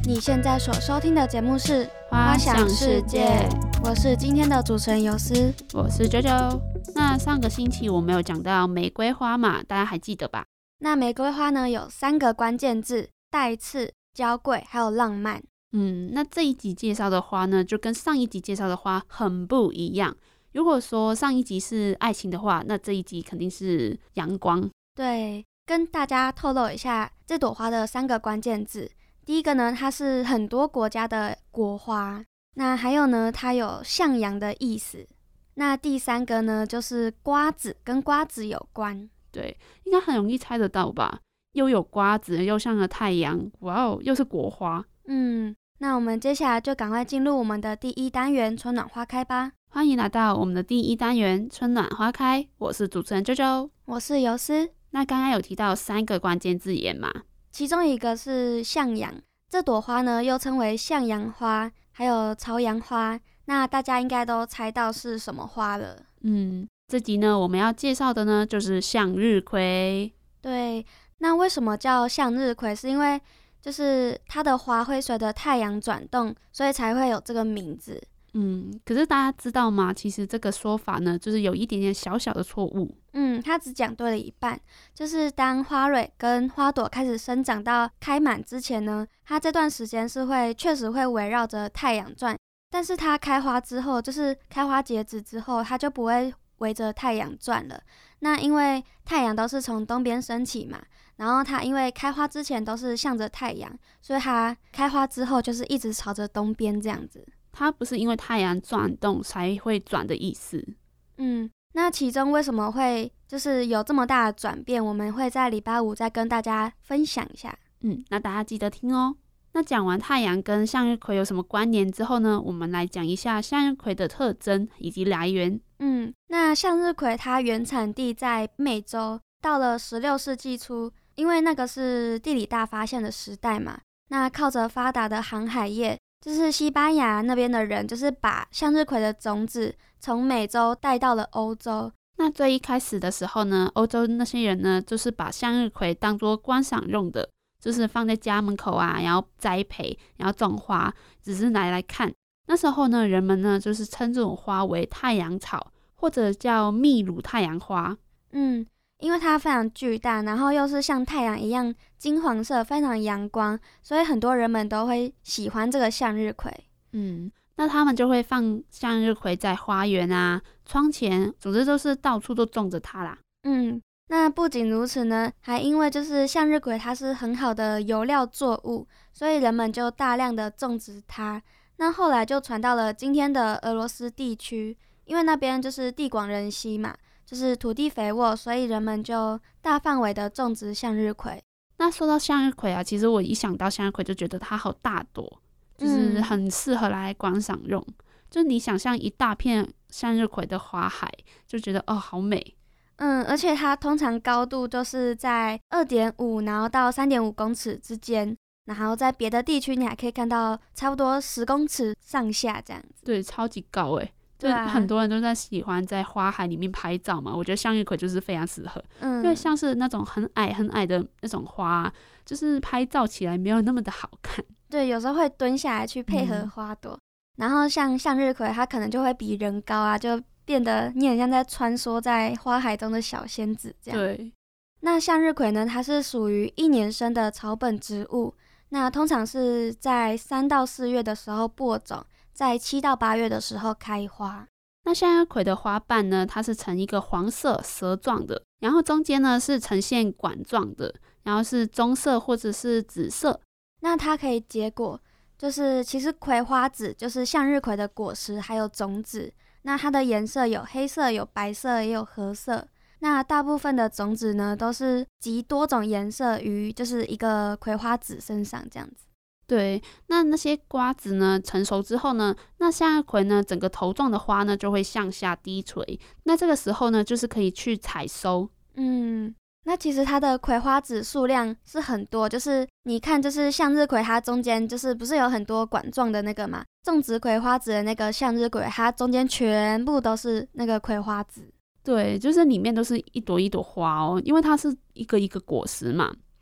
你现在所收听的节目是《 花想世界》， 我是今天的主持人尤斯， 我是九九。那上个星期我们有讲到玫瑰花嘛，大家还记得吧？ 那玫瑰花呢有3个关键字：带刺、娇贵还有浪漫。 那这一集介绍的花呢，就跟上一集介绍的花很不一样。如果说上一集是爱情的话，那这一集肯定是阳光。 对，跟大家透露一下这朵花的3个关键字。第一个呢，它是很多国家的国花。那还有呢，它有向阳的意思。那第3个呢，就是瓜子，跟瓜子有关。 对，应该很容易猜得到吧？又有瓜子，又像个太阳，哇哦，又是国花。 那我们接下来就赶快进入我们的第1单元春暖花开吧。 欢迎来到我们的第1单元春暖花开，我是主持人啾啾， 我是尤斯。 那刚刚有提到3个关键字眼嘛， 其中一个是向阳，这朵花呢又称为向阳花，还有朝阳花。那大家应该都猜到是什么花了。 这集呢我们要介绍的呢就是向日葵。 对，那为什么叫向日葵？是因为就是它的花会随着太阳转动，所以才会有这个名字。 可是大家知道吗？其实这个说法呢，就是有一点点小小的错误。 它只讲对了一半。就是当花蕊跟花朵开始生长到开满之前呢，它这段时间是确实会围绕着太阳转。但是它开花之后，就是开花结籽之后，它就不会围着太阳转了。那因为太阳都是从东边升起嘛，然后它因为开花之前都是向着太阳，所以它开花之后就是一直朝着东边这样子。 它不是因为太阳转动才会转的意思。 那其中为什么会就是有这么大的转变，我们会在礼拜5再跟大家分享一下。 那大家记得听哦。那讲完太阳跟向日葵有什么关联之后呢，我们来讲一下向日葵的特征以及来源。 那向日葵它原产地在美洲，到了16世纪初，因为那个是地理大发现的时代嘛，那靠着发达的航海业，就是西班牙那边的人就是把向日葵的种子从美洲带到了欧洲。 那最一开始的时候呢，欧洲那些人呢，就是把向日葵当作观赏用的，就是放在家门口啊，然后栽培，然后种花，只是来看。那时候呢，人们呢就是称这种花为太阳草，或者叫秘鲁太阳花。 因为它非常巨大，然后又是像太阳一样金黄色，非常阳光，所以很多人们都会喜欢这个向日葵。 那他们就会放向日葵在花园啊、窗前，总之都是到处都种着它啦。 那不仅如此呢，还因为就是向日葵它是很好的油料作物，所以人们就大量的种植它。那后来就传到了今天的俄罗斯地区，因为那边就是地广人稀嘛，就是土地肥沃，所以人们就大范围的种植向日葵。 那说到向日葵啊，其实我一想到向日葵就觉得它好大朵，就是很适合来观赏用。就你想象一大片向日葵的花海，就觉得好美。 而且它通常高度就是在2.5然后到3.5公尺之间，然后在别的地区你还可以看到差不多10公尺上下这样子。 对，超级高欸。就很多人都在喜欢在花海里面拍照嘛，我觉得向日葵就是非常适合。因为像是那种很矮很矮的那种花，就是拍照起来没有那么的好看。 对，有时候会蹲下来去配合花朵。然后像向日葵它可能就会比人高啊，就变得你很像在穿梭在花海中的小仙子这样。 对。 那向日葵呢，它是属于1年生的草本植物，那通常是在3到4月的时候播种，在7到8月的时候开花。 那向日葵的花瓣呢，它是呈一个黄色蛇状的，然后中间呢是呈现管状的，然后是棕色或者是紫色。 那它可以结果，就是其实葵花籽就是向日葵的果实还有种子。那它的颜色有黑色、有白色，也有褐色。那大部分的种子呢，都是集多种颜色于就是一个葵花籽身上这样子。 对，那些瓜子呢成熟之后呢，那向日葵呢整个头状的花呢就会向下低垂，那这个时候呢就是可以去采收。 那其实它的葵花籽数量是很多，就是你看就是向日葵它中间就是不是有很多管状的那个嘛，种植葵花籽的那个向日葵它中间全部都是那个葵花籽。 对，就是里面都是一朵一朵花哦，因为它是一个一个果实嘛，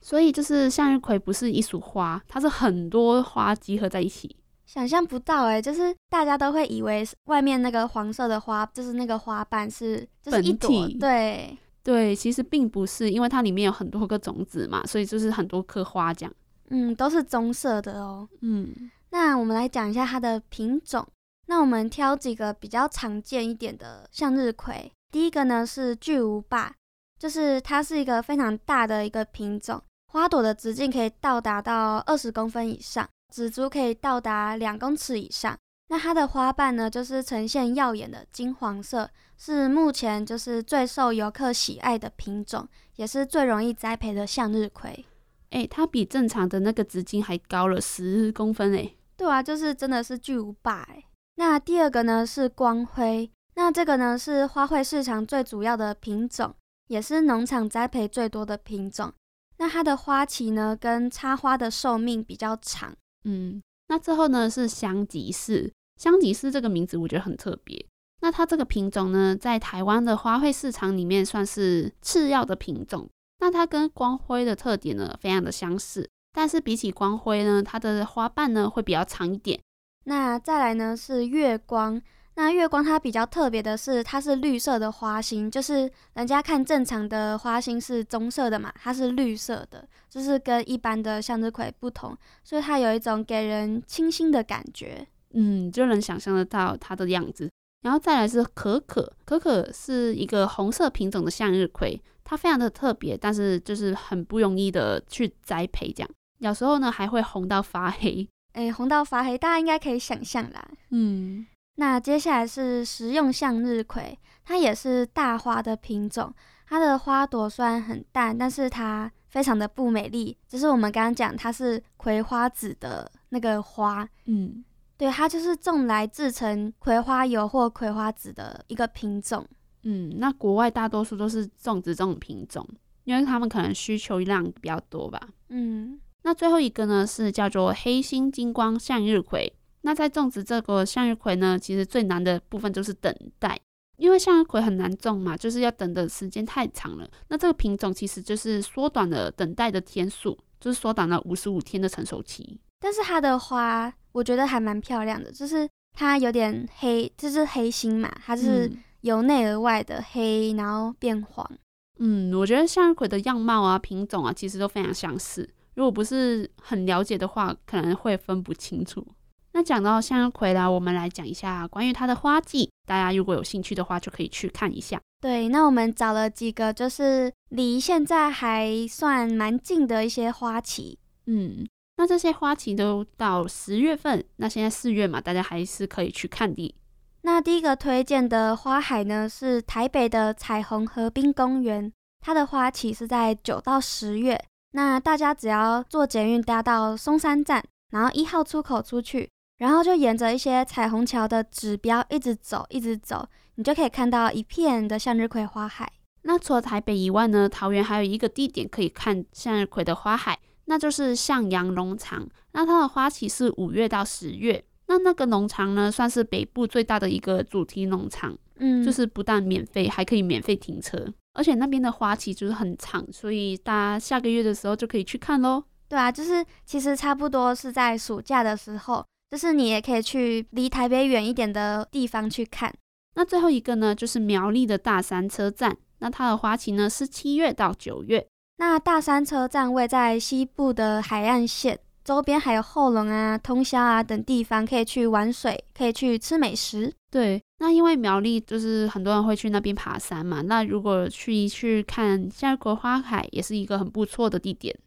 所以就是向日葵不是一束花，它是很多花集合在一起。 想象不到欸，就是大家都会以为外面那个黄色的花，就是那个花瓣就是一朵， 本体对对，其实并不是，因为它里面有很多个种子嘛，所以就是很多颗花这样。 都是棕色的哦。 嗯， 那我们来讲一下它的品种。那我们挑几个比较常见一点的向日葵。第一个呢是巨无霸，就是它是一个非常大的一个品种，花朵的直径可以到达到20公分以上，植株可以到达2公尺以上。那它的花瓣呢，就是呈现耀眼的金黄色，是目前就是最受游客喜爱的品种，也是最容易栽培的向日葵。 它比正常的那个直径还高了10公分。 对啊，就是真的是巨无霸。那第二个呢是光辉，那这个呢是花卉市场最主要的品种，也是农场栽培最多的品种。那它的花期呢跟插花的寿命比较长。 那最后呢是香吉士。香吉士这个名字我觉得很特别。那它这个品种呢，在台湾的花卉市场里面算是次要的品种。那它跟光辉的特点呢，非常的相似，但是比起光辉呢，它的花瓣呢会比较长一点。 那再来呢是月光。那月光它比较特别的是，它是绿色的花心，就是人家看正常的花心是棕色的嘛，它是绿色的，就是跟一般的向日葵不同，所以它有一种给人清新的感觉。 就能想象得到它的样子。然后再来是可可，可可是一个红色品种的向日葵，它非常的特别，但是就是很不容易的去栽培，这样有时候呢还会红到发黑。 红到发黑，大家应该可以想象啦。那接下来是食用向日葵，它也是大花的品种，它的花朵虽然很淡，但是它非常的不美丽，就是我们刚刚讲它是葵花籽的那个花。对，它就是种来制成葵花油或葵花籽的一个品种。 那国外大多数都是种植这种品种，因为他们可能需求量比较多吧。那最后一个呢是叫做黑心金光向日葵。那在种植这个向日葵呢，其实最难的部分就是等待，因为向日葵很难种嘛，就是要等的时间太长了。那这个品种其实就是缩短了等待的天数，就是缩短了55天的成熟期。 但是它的花我觉得还蛮漂亮的，就是它有点黑，就是黑心嘛，它是由内而外的黑，然后变黄。 我觉得向日葵的样貌啊、品种啊，其实都非常相似。如果不是很了解的话，可能会分不清楚。那讲到向日葵啦，我们来讲一下关于它的花季，大家如果有兴趣的话，就可以去看一下。 对，那我们找了几个就是离现在还算蛮近的一些花期。 那这些花期都到10月份，那现在4月嘛，大家还是可以去看的。 那第一个推荐的花海呢，是台北的彩虹河滨公园，它的花期是在9到10月。那大家只要坐捷运搭到松山站，然后1号出口出去，然后就沿着一些彩虹桥的指标一直走，你就可以看到一片的向日葵花海。 那除了台北以外呢，桃园还有一个地点可以看向日葵的花海，那就是向阳农场。那它的花期是5月到10月。那个农场呢，算是北部最大的一个主题农场，就是不但免费，还可以免费停车，而且那边的花期就是很长，所以大家下个月的时候就可以去看咯。 对啊，就是其实差不多是在暑假的时候，就是你也可以去离台北远一点的地方去看。 那最后一个呢，就是苗栗的大山车站，那它的花期呢是7月到9月。 那大山车站位在西部的海岸线，周边还有后龙啊、通霄啊等地方可以去玩水，可以去吃美食。 对，那因为苗栗就是很多人会去那边爬山嘛，那如果去看向日葵花海，也是一个很不错的地点。